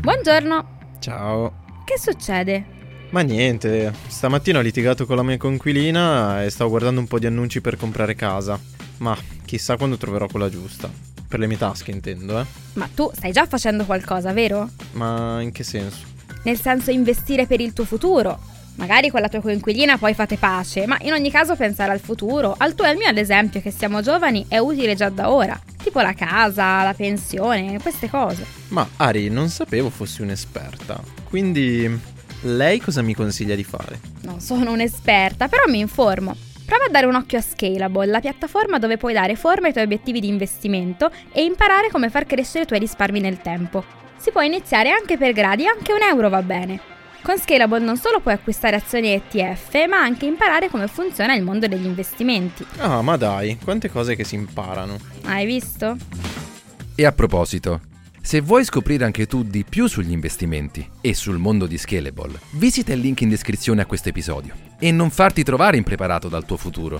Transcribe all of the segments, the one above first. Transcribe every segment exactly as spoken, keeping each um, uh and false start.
Buongiorno. Ciao. Che succede? Ma niente, stamattina ho litigato con la mia coinquilina e stavo guardando un po' di annunci per comprare casa. Ma chissà quando troverò quella giusta. Per le mie tasche intendo, eh. Ma tu stai già facendo qualcosa, vero? Ma in che senso? Nel senso investire per il tuo futuro. Magari con la tua coinquilina poi fate pace, ma in ogni caso pensare al futuro, al tuo e al mio ad esempio, che siamo giovani, è utile già da ora. Tipo la casa, la pensione, queste cose. Ma Ari, non sapevo fossi un'esperta. Quindi lei cosa mi consiglia di fare? Non sono un'esperta, però mi informo. Prova a dare un occhio a Scalable, la piattaforma dove puoi dare forma ai tuoi obiettivi di investimento e imparare come far crescere i tuoi risparmi nel tempo. Si può iniziare anche per gradi, anche un euro va bene. Con Scalable non solo puoi acquistare azioni E T F, ma anche imparare come funziona il mondo degli investimenti. Ah, ma dai, quante cose che si imparano. Hai visto? E a proposito, se vuoi scoprire anche tu di più sugli investimenti e sul mondo di Scalable, visita il link in descrizione a questo episodio e non farti trovare impreparato dal tuo futuro.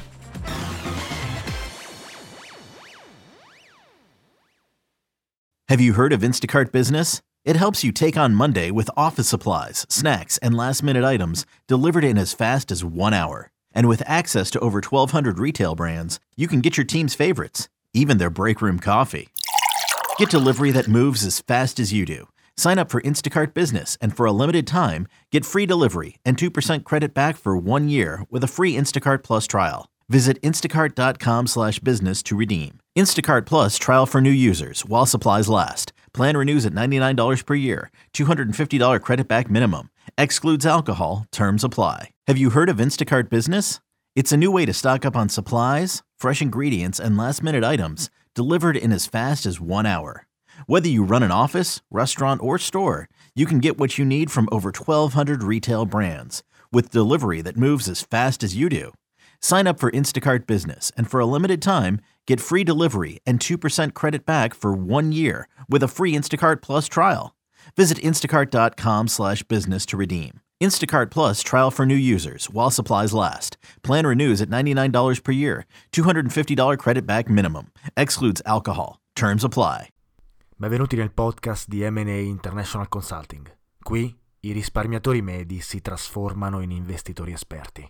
Have you heard of Instacart Business? It helps you take on Monday with office supplies, snacks, and last-minute items delivered in as fast as one hour. And with access to over twelve hundred retail brands, you can get your team's favorites, even their break room coffee. Get delivery that moves as fast as you do. Sign up for Instacart Business, and for a limited time, get free delivery and two percent credit back for one year with a free Instacart Plus trial. Visit instacart.com slash business to redeem. Instacart Plus trial for new users while supplies last. Plan renews at ninety-nine dollars per year. two hundred fifty dollars credit back minimum. Excludes alcohol. Terms apply. Have you heard of Instacart Business? It's a new way to stock up on supplies, fresh ingredients, and last-minute items delivered in as fast as one hour. Whether you run an office, restaurant, or store, you can get what you need from over twelve hundred retail brands with delivery that moves as fast as you do. Sign up for Instacart Business, and for a limited time, get free delivery and two percent credit back for one year with a free Instacart Plus trial. Visit instacart.com slash business to redeem. Instacart Plus trial for new users while supplies last. Plan renews at ninety-nine dollars per year. two hundred fifty dollars credit back minimum. Excludes alcohol. Terms apply. Benvenuti nel podcast di M and A International Consulting. Qui i risparmiatori medi si trasformano in investitori esperti.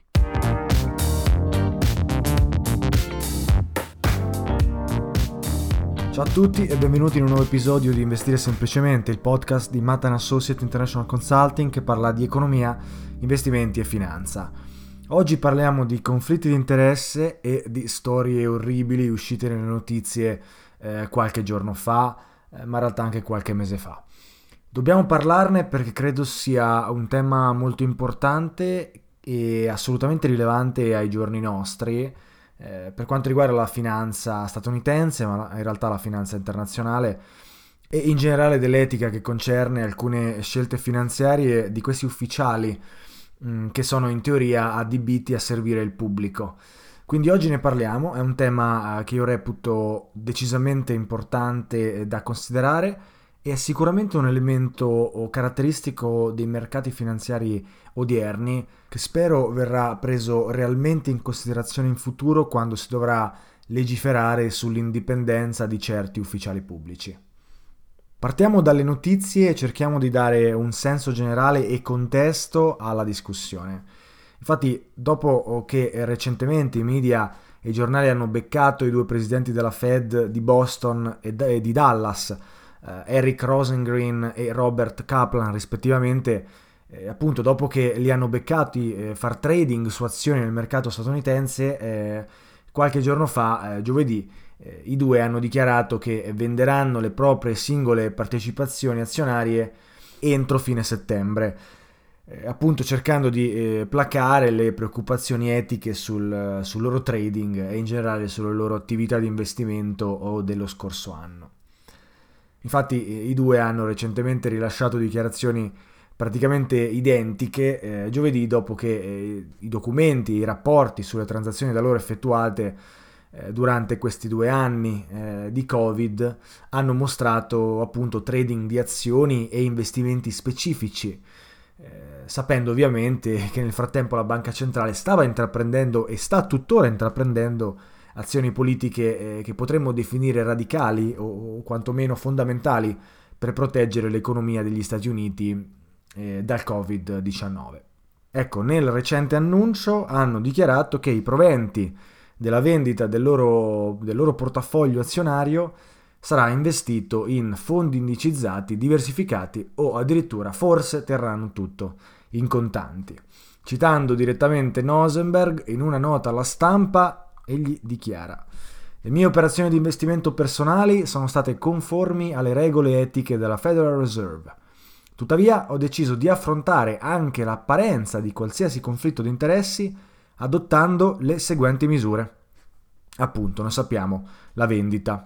Ciao a tutti e benvenuti in un nuovo episodio di Investire Semplicemente, il podcast di Matan Associate International Consulting che parla di economia, investimenti e finanza. Oggi parliamo di conflitti di interesse e di storie orribili uscite nelle notizie eh, qualche giorno fa, eh, ma in realtà anche qualche mese fa. Dobbiamo parlarne perché credo sia un tema molto importante e assolutamente rilevante ai giorni nostri, Eh, per quanto riguarda la finanza statunitense, ma in realtà la finanza internazionale e in generale dell'etica che concerne alcune scelte finanziarie di questi ufficiali mh, che sono in teoria adibiti a servire il pubblico. Quindi oggi ne parliamo, è un tema eh, che io reputo decisamente importante da considerare e è sicuramente un elemento caratteristico dei mercati finanziari odierni che spero verrà preso realmente in considerazione in futuro quando si dovrà legiferare sull'indipendenza di certi ufficiali pubblici. Partiamo dalle notizie e cerchiamo di dare un senso generale e contesto alla discussione. Infatti, dopo che recentemente i media e i giornali hanno beccato i due presidenti della Fed di Boston e di Dallas, Uh, Eric Rosengreen e Robert Kaplan rispettivamente, eh, appunto dopo che li hanno beccati eh, far trading su azioni nel mercato statunitense, eh, qualche giorno fa, eh, giovedì, eh, i due hanno dichiarato che venderanno le proprie singole partecipazioni azionarie entro fine settembre, eh, appunto cercando di eh, placare le preoccupazioni etiche sul, sul loro trading e in generale sulle loro attività di investimento o dello scorso anno. Infatti i due hanno recentemente rilasciato dichiarazioni praticamente identiche eh, giovedì dopo che eh, i documenti, i rapporti sulle transazioni da loro effettuate eh, durante questi due anni eh, di Covid hanno mostrato appunto trading di azioni e investimenti specifici, eh, sapendo ovviamente che nel frattempo la banca centrale stava intraprendendo e sta tuttora intraprendendo azioni politiche eh, che potremmo definire radicali o, o quantomeno fondamentali per proteggere l'economia degli Stati Uniti eh, dal covid diciannove. Ecco, nel recente annuncio hanno dichiarato che i proventi della vendita del loro, del loro portafoglio azionario sarà investito in fondi indicizzati, diversificati o addirittura forse terranno tutto in contanti. Citando direttamente Rosenberg, in una nota alla stampa, egli dichiara: le mie operazioni di investimento personali sono state conformi alle regole etiche della Federal Reserve. Tuttavia ho deciso di affrontare anche l'apparenza di qualsiasi conflitto di interessi adottando le seguenti misure. Appunto, noi sappiamo, la vendita.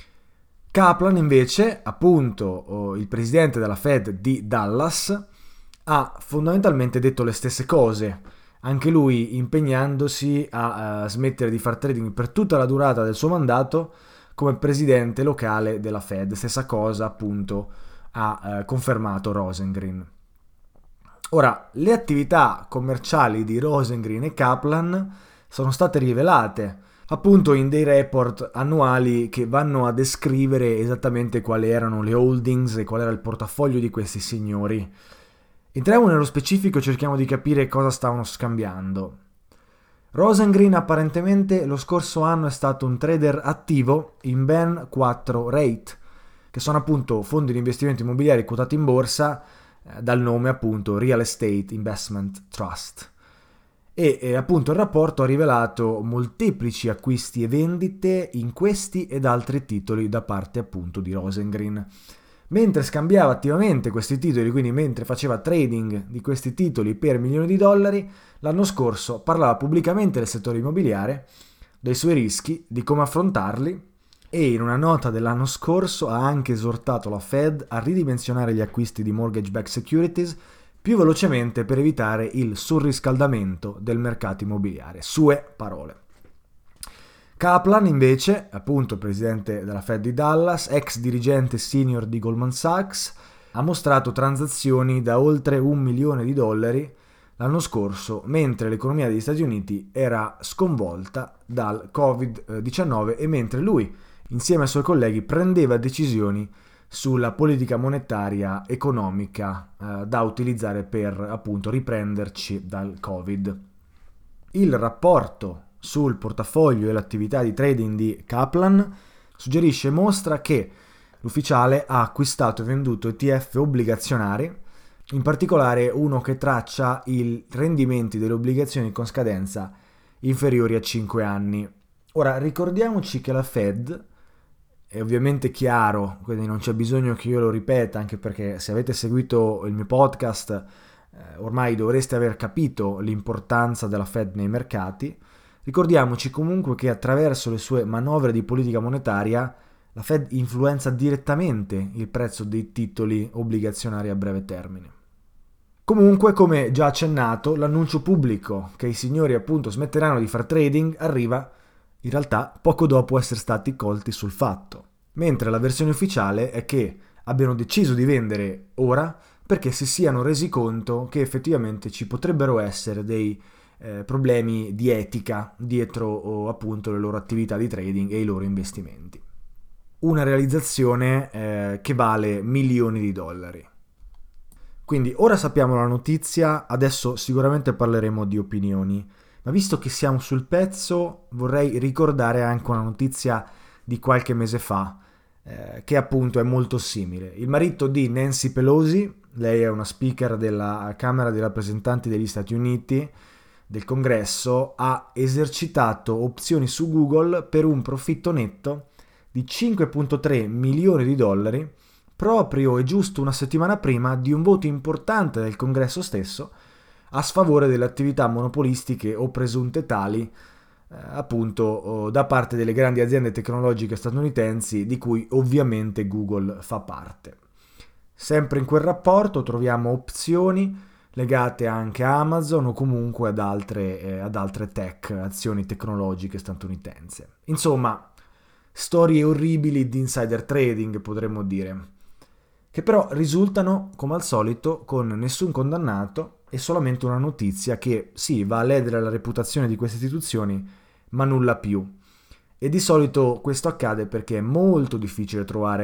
Kaplan invece, appunto il presidente della Fed di Dallas, ha fondamentalmente detto le stesse cose, anche lui impegnandosi a uh, smettere di far trading per tutta la durata del suo mandato come presidente locale della Fed. Stessa cosa appunto ha uh, confermato Rosengren. Ora, le attività commerciali di Rosengren e Kaplan sono state rivelate appunto in dei report annuali che vanno a descrivere esattamente quali erano le holdings e qual era il portafoglio di questi signori. Entriamo nello specifico e cerchiamo di capire cosa stavano scambiando. Rosengren apparentemente lo scorso anno è stato un trader attivo in ben quattro R E I T, che sono appunto fondi di investimento immobiliari quotati in borsa eh, dal nome appunto Real Estate Investment Trust. E eh, appunto il rapporto ha rivelato molteplici acquisti e vendite in questi ed altri titoli da parte appunto di Rosengren. Mentre scambiava attivamente questi titoli, quindi mentre faceva trading di questi titoli per milioni di dollari, l'anno scorso parlava pubblicamente del settore immobiliare, dei suoi rischi, di come affrontarli, e in una nota dell'anno scorso ha anche esortato la Fed a ridimensionare gli acquisti di mortgage-backed securities più velocemente per evitare il surriscaldamento del mercato immobiliare. Sue parole. Kaplan invece, appunto presidente della Fed di Dallas, ex dirigente senior di Goldman Sachs, ha mostrato transazioni da oltre un milione di dollari l'anno scorso, mentre l'economia degli Stati Uniti era sconvolta dal covid diciannove e mentre lui, insieme ai suoi colleghi, prendeva decisioni sulla politica monetaria economica eh, da utilizzare per appunto riprenderci dal Covid. Il rapporto sul portafoglio e l'attività di trading di Kaplan suggerisce e mostra che l'ufficiale ha acquistato e venduto E T F obbligazionari, in particolare uno che traccia i rendimenti delle obbligazioni con scadenza inferiori a cinque anni. Ora ricordiamoci che la Fed, è ovviamente chiaro, quindi non c'è bisogno che io lo ripeta, anche perché se avete seguito il mio podcast eh, ormai dovreste aver capito l'importanza della Fed nei mercati. Ricordiamoci comunque che attraverso le sue manovre di politica monetaria la Fed influenza direttamente il prezzo dei titoli obbligazionari a breve termine. Comunque, come già accennato, l'annuncio pubblico che i signori appunto smetteranno di far trading arriva in realtà poco dopo essere stati colti sul fatto, mentre la versione ufficiale è che abbiano deciso di vendere ora perché si siano resi conto che effettivamente ci potrebbero essere dei eh, problemi di etica dietro oh, appunto le loro attività di trading e i loro investimenti. Una realizzazione eh, che vale milioni di dollari. Quindi ora sappiamo la notizia, adesso sicuramente parleremo di opinioni. Ma visto che siamo sul pezzo, vorrei ricordare anche una notizia di qualche mese fa, eh, che appunto è molto simile. Il marito di Nancy Pelosi, lei è una speaker della Camera dei rappresentanti degli Stati Uniti, del Congresso, ha esercitato opzioni su Google per un profitto netto di cinque virgola tre milioni di dollari, proprio e giusto una settimana prima di un voto importante del Congresso stesso, a sfavore delle attività monopolistiche o presunte tali, eh, appunto oh, da parte delle grandi aziende tecnologiche statunitensi, di cui ovviamente Google fa parte. Sempre in quel rapporto troviamo opzioni legate anche a Amazon o comunque ad altre, eh, ad altre tech, azioni tecnologiche statunitensi. Insomma, storie orribili di insider trading, potremmo dire, che però risultano, come al solito, con nessun condannato e solamente una notizia che sì, va a ledere la reputazione di queste istituzioni, ma nulla più. E di solito questo accade perché è molto difficile trovare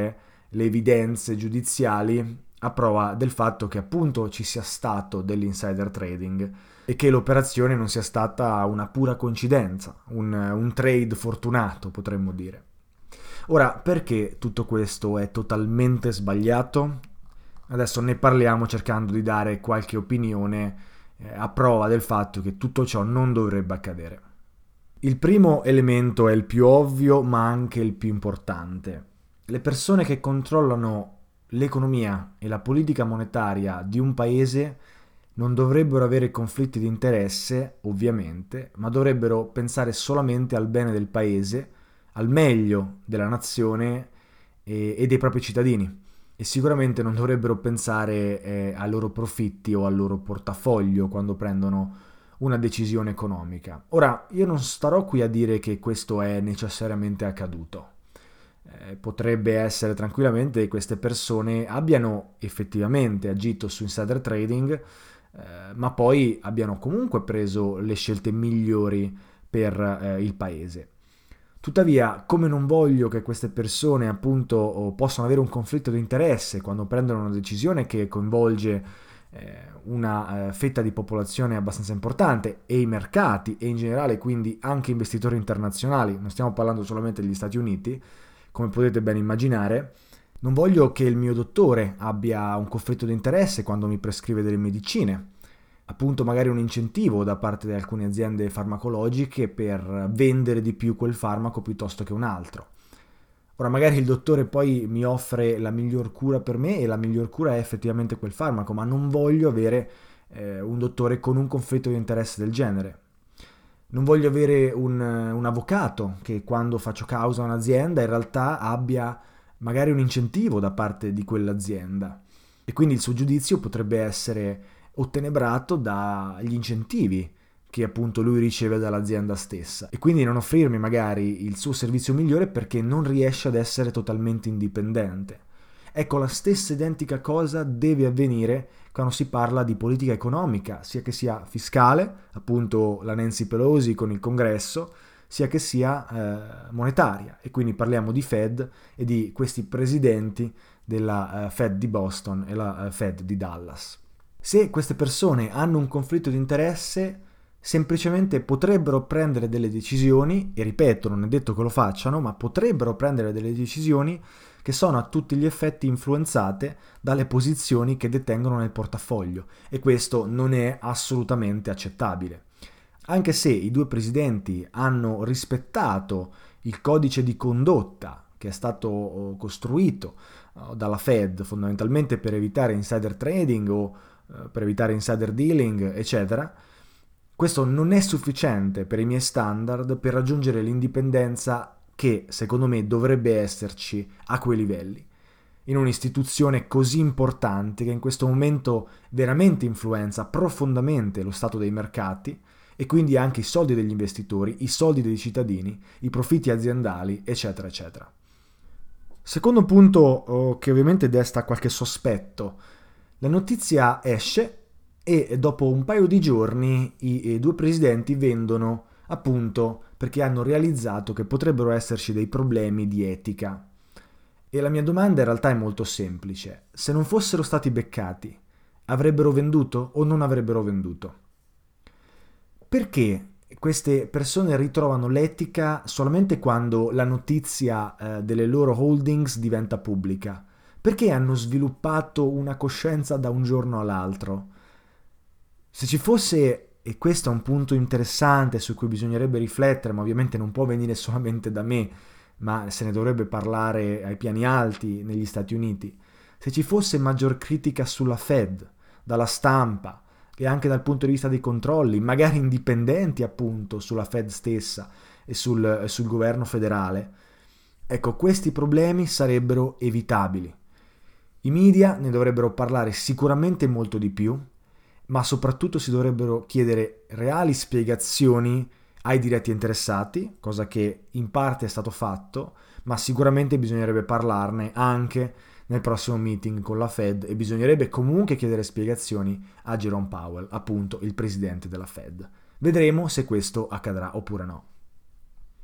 le evidenze giudiziali a prova del fatto che appunto ci sia stato dell'insider trading e che l'operazione non sia stata una pura coincidenza, un, un trade fortunato, potremmo dire. Ora, perché tutto questo è totalmente sbagliato? Adesso ne parliamo cercando di dare qualche opinione eh, a prova del fatto che tutto ciò non dovrebbe accadere. Il primo elemento è il più ovvio, ma anche il più importante. Le persone che controllano l'economia e la politica monetaria di un paese non dovrebbero avere conflitti di interesse, ovviamente, ma dovrebbero pensare solamente al bene del paese, al meglio della nazione e, e dei propri cittadini. E sicuramente non dovrebbero pensare eh, ai loro profitti o al loro portafoglio quando prendono una decisione economica. Ora, io non starò qui a dire che questo è necessariamente accaduto. Eh, potrebbe essere tranquillamente che queste persone abbiano effettivamente agito su insider trading, eh, ma poi abbiano comunque preso le scelte migliori per eh, il paese. Tuttavia, come non voglio che queste persone appunto possano avere un conflitto di interesse quando prendono una decisione che coinvolge eh, una eh, fetta di popolazione abbastanza importante e i mercati e in generale quindi anche investitori internazionali, non stiamo parlando solamente degli Stati Uniti, come potete ben immaginare, non voglio che il mio dottore abbia un conflitto di interesse quando mi prescrive delle medicine, appunto magari un incentivo da parte di alcune aziende farmacologiche per vendere di più quel farmaco piuttosto che un altro. Ora magari il dottore poi mi offre la miglior cura per me e la miglior cura è effettivamente quel farmaco, ma non voglio avere eh, un dottore con un conflitto di interesse del genere. Non voglio avere un, un avvocato che quando faccio causa a un'azienda in realtà abbia magari un incentivo da parte di quell'azienda e quindi il suo giudizio potrebbe essere ottenebrato dagli incentivi che appunto lui riceve dall'azienda stessa e quindi non offrirmi magari il suo servizio migliore perché non riesce ad essere totalmente indipendente. Ecco, la stessa identica cosa deve avvenire quando si parla di politica economica, sia che sia fiscale, appunto la Nancy Pelosi con il Congresso, sia che sia eh, monetaria. E quindi parliamo di Fed e di questi presidenti della eh, Fed di Boston e la eh, Fed di Dallas. Se queste persone hanno un conflitto di interesse, semplicemente potrebbero prendere delle decisioni, e ripeto, non è detto che lo facciano, ma potrebbero prendere delle decisioni che sono a tutti gli effetti influenzate dalle posizioni che detengono nel portafoglio, e questo non è assolutamente accettabile. Anche se i due presidenti hanno rispettato il codice di condotta che è stato costruito dalla Fed fondamentalmente per evitare insider trading o per evitare insider dealing, eccetera, questo non è sufficiente per i miei standard per raggiungere l'indipendenza che, secondo me, dovrebbe esserci a quei livelli, in un'istituzione così importante che in questo momento veramente influenza profondamente lo stato dei mercati e quindi anche i soldi degli investitori, i soldi dei cittadini, i profitti aziendali, eccetera, eccetera. Secondo punto oh, che ovviamente desta qualche sospetto, la notizia esce e dopo un paio di giorni i, i due presidenti vendono appunto perché hanno realizzato che potrebbero esserci dei problemi di etica. E la mia domanda in realtà è molto semplice. Se non fossero stati beccati, avrebbero venduto o non avrebbero venduto? Perché queste persone ritrovano l'etica solamente quando la notizia eh, delle loro holdings diventa pubblica? Perché hanno sviluppato una coscienza da un giorno all'altro? Se ci fosse, e questo è un punto interessante su cui bisognerebbe riflettere, ma ovviamente non può venire solamente da me, ma se ne dovrebbe parlare ai piani alti negli Stati Uniti, se ci fosse maggior critica sulla Fed, dalla stampa e anche dal punto di vista dei controlli, magari indipendenti appunto sulla Fed stessa e sul, sul governo federale, ecco, questi problemi sarebbero evitabili. I media ne dovrebbero parlare sicuramente molto di più, ma soprattutto si dovrebbero chiedere reali spiegazioni ai diretti interessati, cosa che in parte è stato fatto, ma sicuramente bisognerebbe parlarne anche nel prossimo meeting con la Fed e bisognerebbe comunque chiedere spiegazioni a Jerome Powell, appunto il presidente della Fed. Vedremo se questo accadrà oppure no.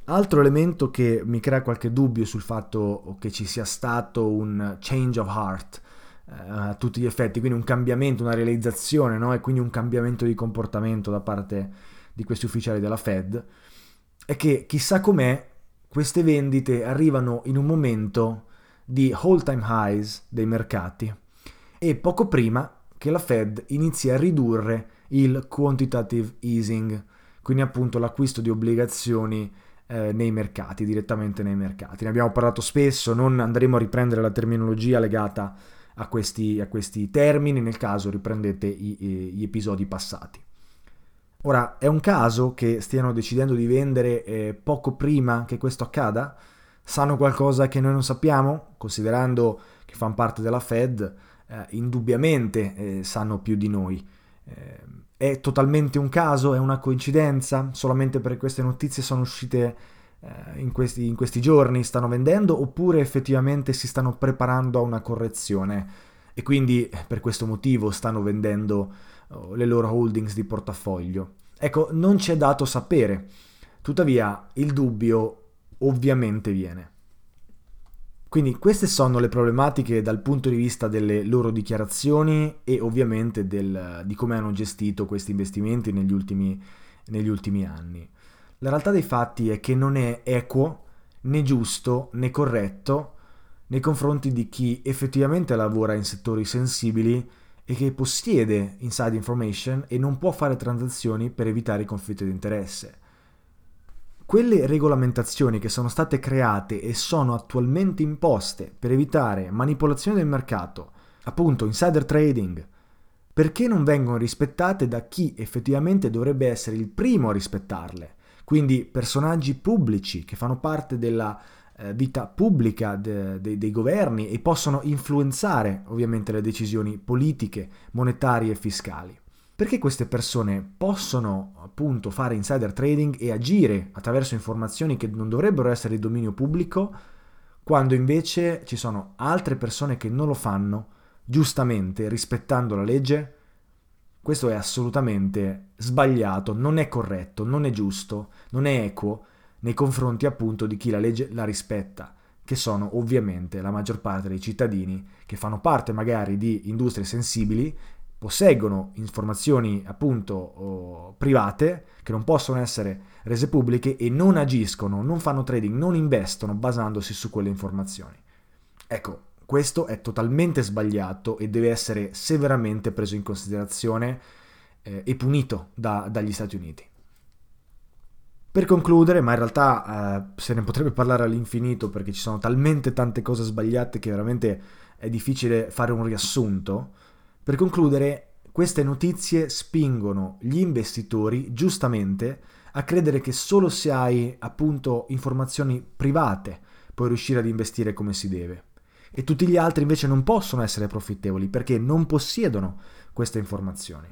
Altro elemento che mi crea qualche dubbio sul fatto che ci sia stato un change of heart eh, a tutti gli effetti, quindi un cambiamento, una realizzazione, no? E quindi un cambiamento di comportamento da parte di questi ufficiali della Fed, è che chissà com'è queste vendite arrivano in un momento di all-time highs dei mercati e poco prima che la Fed inizi a ridurre il quantitative easing, quindi appunto l'acquisto di obbligazioni eh, nei mercati, direttamente nei mercati. Ne abbiamo parlato spesso, non andremo a riprendere la terminologia legata a questi, a questi termini, nel caso riprendete i, i, gli episodi passati. Ora, è un caso che stiano decidendo di vendere eh, poco prima che questo accada? Sanno qualcosa che noi non sappiamo? Considerando che fanno parte della Fed, eh, indubbiamente eh, sanno più di noi. Eh, è totalmente un caso? È una coincidenza? Solamente perché queste notizie sono uscite eh, in, questi, in questi giorni stanno vendendo? Oppure effettivamente si stanno preparando a una correzione e quindi per questo motivo stanno vendendo oh, le loro holdings di portafoglio? Ecco, non c'è dato sapere. Tuttavia, il dubbio ovviamente viene. Quindi queste sono le problematiche dal punto di vista delle loro dichiarazioni e ovviamente del, di come hanno gestito questi investimenti negli ultimi, negli ultimi anni. La realtà dei fatti è che non è equo, né giusto, né corretto nei confronti di chi effettivamente lavora in settori sensibili e che possiede inside information e non può fare transazioni per evitare i conflitti di interesse. Quelle regolamentazioni che sono state create e sono attualmente imposte per evitare manipolazione del mercato, appunto insider trading, perché non vengono rispettate da chi effettivamente dovrebbe essere il primo a rispettarle? Quindi personaggi pubblici che fanno parte della eh, vita pubblica de, de, dei governi e possono influenzare ovviamente le decisioni politiche, monetarie e fiscali. Perché queste persone possono appunto fare insider trading e agire attraverso informazioni che non dovrebbero essere di dominio pubblico, quando invece ci sono altre persone che non lo fanno, giustamente, rispettando la legge? Questo è assolutamente sbagliato, non è corretto, non è giusto, non è equo nei confronti appunto di chi la legge la rispetta, che sono ovviamente la maggior parte dei cittadini che fanno parte magari di industrie sensibili, posseggono informazioni appunto oh, private che non possono essere rese pubbliche e non agiscono, non fanno trading, non investono basandosi su quelle informazioni. Ecco, questo è totalmente sbagliato e deve essere severamente preso in considerazione eh, e punito da, dagli Stati Uniti. Per concludere, ma in realtà eh, se ne potrebbe parlare all'infinito perché ci sono talmente tante cose sbagliate che veramente è difficile fare un riassunto. Per concludere, queste notizie spingono gli investitori, giustamente, a credere che solo se hai, appunto, informazioni private puoi riuscire ad investire come si deve. E tutti gli altri invece non possono essere profittevoli perché non possiedono queste informazioni.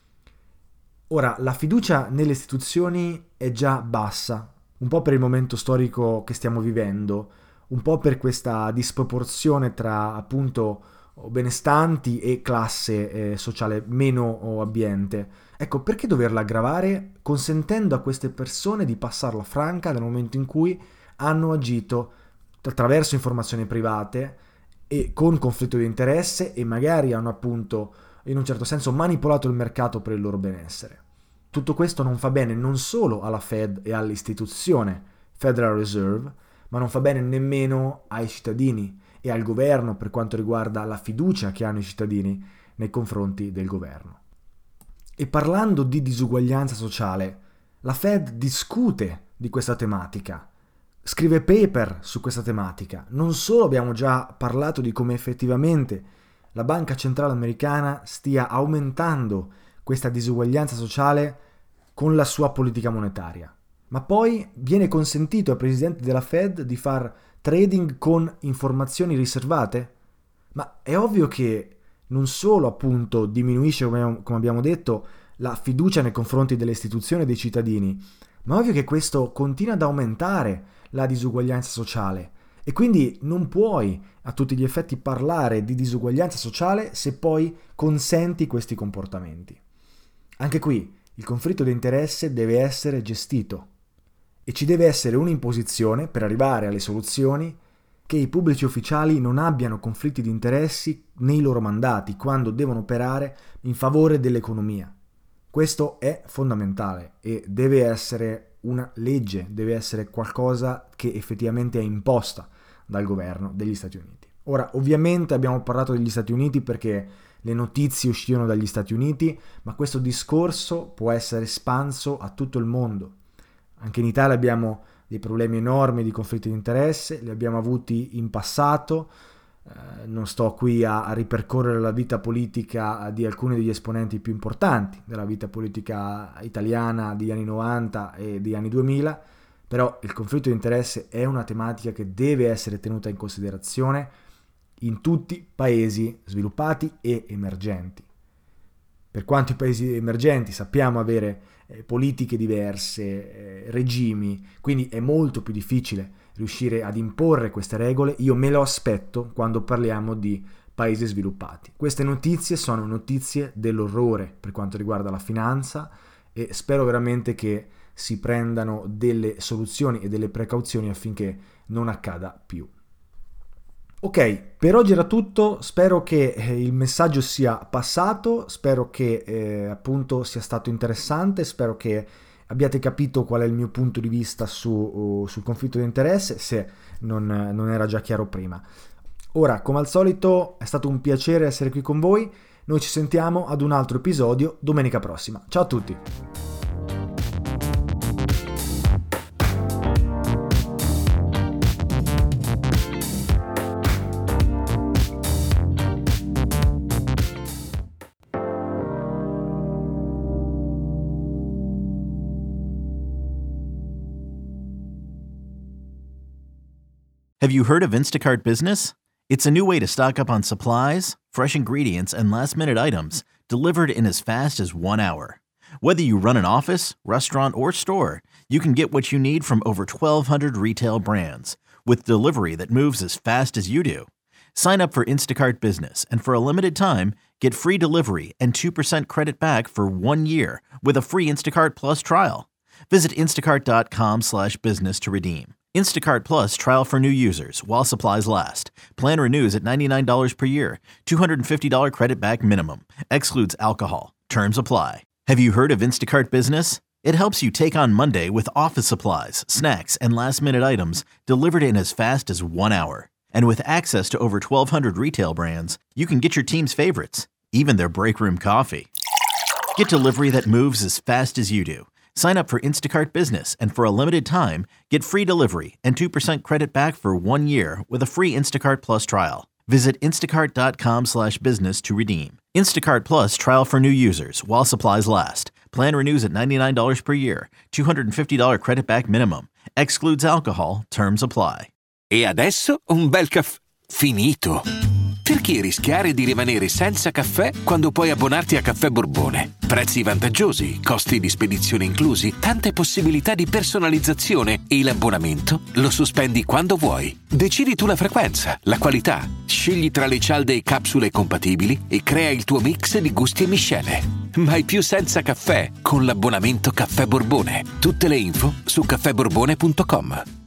Ora, la fiducia nelle istituzioni è già bassa, un po' per il momento storico che stiamo vivendo, un po' per questa disproporzione tra, appunto, benestanti e classe eh, sociale meno abbiente. Ecco, perché doverla aggravare consentendo a queste persone di passarla franca nel momento in cui hanno agito attraverso informazioni private e con conflitto di interesse e magari hanno appunto in un certo senso manipolato il mercato per il loro benessere. Tutto questo non fa bene non solo alla Fed e all'istituzione Federal Reserve, ma non fa bene nemmeno ai cittadini e al governo per quanto riguarda la fiducia che hanno i cittadini nei confronti del governo. E parlando di disuguaglianza sociale, la Fed discute di questa tematica, scrive paper su questa tematica. Non solo abbiamo già parlato di come effettivamente la Banca Centrale Americana stia aumentando questa disuguaglianza sociale con la sua politica monetaria, ma poi viene consentito al presidente della Fed di far trading con informazioni riservate? Ma è ovvio che non solo appunto diminuisce, come abbiamo detto, la fiducia nei confronti delle istituzioni e dei cittadini, ma è ovvio che questo continua ad aumentare la disuguaglianza sociale e quindi non puoi a tutti gli effetti parlare di disuguaglianza sociale se poi consenti questi comportamenti. Anche qui il conflitto di interesse deve essere gestito e ci deve essere un'imposizione per arrivare alle soluzioni che i pubblici ufficiali non abbiano conflitti di interessi nei loro mandati quando devono operare in favore dell'economia. Questo è fondamentale e deve essere una legge, deve essere qualcosa che effettivamente è imposta dal governo degli Stati Uniti. Ora, ovviamente abbiamo parlato degli Stati Uniti perché le notizie uscirono dagli Stati Uniti, ma questo discorso può essere espanso a tutto il mondo. Anche in Italia abbiamo dei problemi enormi di conflitti di interesse, li abbiamo avuti in passato, eh, non sto qui a, a ripercorrere la vita politica di alcuni degli esponenti più importanti della vita politica italiana degli anni novanta e degli anni duemila, però il conflitto di interesse è una tematica che deve essere tenuta in considerazione in tutti i paesi sviluppati e emergenti. Per quanto i paesi emergenti sappiamo avere eh, politiche diverse, eh, regimi, quindi è molto più difficile riuscire ad imporre queste regole, io me lo aspetto quando parliamo di paesi sviluppati. Queste notizie sono notizie dell'orrore per quanto riguarda la finanza e spero veramente che si prendano delle soluzioni e delle precauzioni affinché non accada più. Ok, per oggi era tutto, spero che eh, il messaggio sia passato, spero che eh, appunto sia stato interessante, spero che abbiate capito qual è il mio punto di vista su, uh, sul conflitto di interesse, se non, non era già chiaro prima. Ora, come al solito, è stato un piacere essere qui con voi, noi ci sentiamo ad un altro episodio domenica prossima. Ciao a tutti! Have you heard of Instacart Business? It's a new way to stock up on supplies, fresh ingredients, and last-minute items delivered in as fast as one hour. Whether you run an office, restaurant, or store, you can get what you need from over twelve hundred retail brands with delivery that moves as fast as you do. Sign up for Instacart Business and for a limited time, get free delivery and two percent credit back for one year with a free Instacart Plus trial. Visit instacart.com slash business to redeem. Instacart Plus trial for new users while supplies last. Plan renews at ninety-nine dollars per year. two hundred fifty dollars credit back minimum. Excludes alcohol. Terms apply. Have you heard of Instacart Business? It helps you take on Monday with office supplies, snacks, and last-minute items delivered in as fast as one hour. And with access to over twelve hundred retail brands, you can get your team's favorites, even their break room coffee. Get delivery that moves as fast as you do. Sign up for Instacart Business and for a limited time, get free delivery and two percent credit back for one year with a free Instacart Plus trial. Visit instacart.com slash business to redeem. Instacart Plus trial for new users while supplies last. Plan renews at ninety-nine dollars per year. two hundred fifty dollars credit back minimum. Excludes alcohol. Terms apply. E adesso un bel caffè finito. Perché rischiare di rimanere senza caffè quando puoi abbonarti a Caffè Borbone? Prezzi vantaggiosi, costi di spedizione inclusi, tante possibilità di personalizzazione e l'abbonamento lo sospendi quando vuoi. Decidi tu la frequenza, la qualità, scegli tra le cialde e capsule compatibili e crea il tuo mix di gusti e miscele. Mai più senza caffè con l'abbonamento Caffè Borbone. Tutte le info su caffè borbone punto com.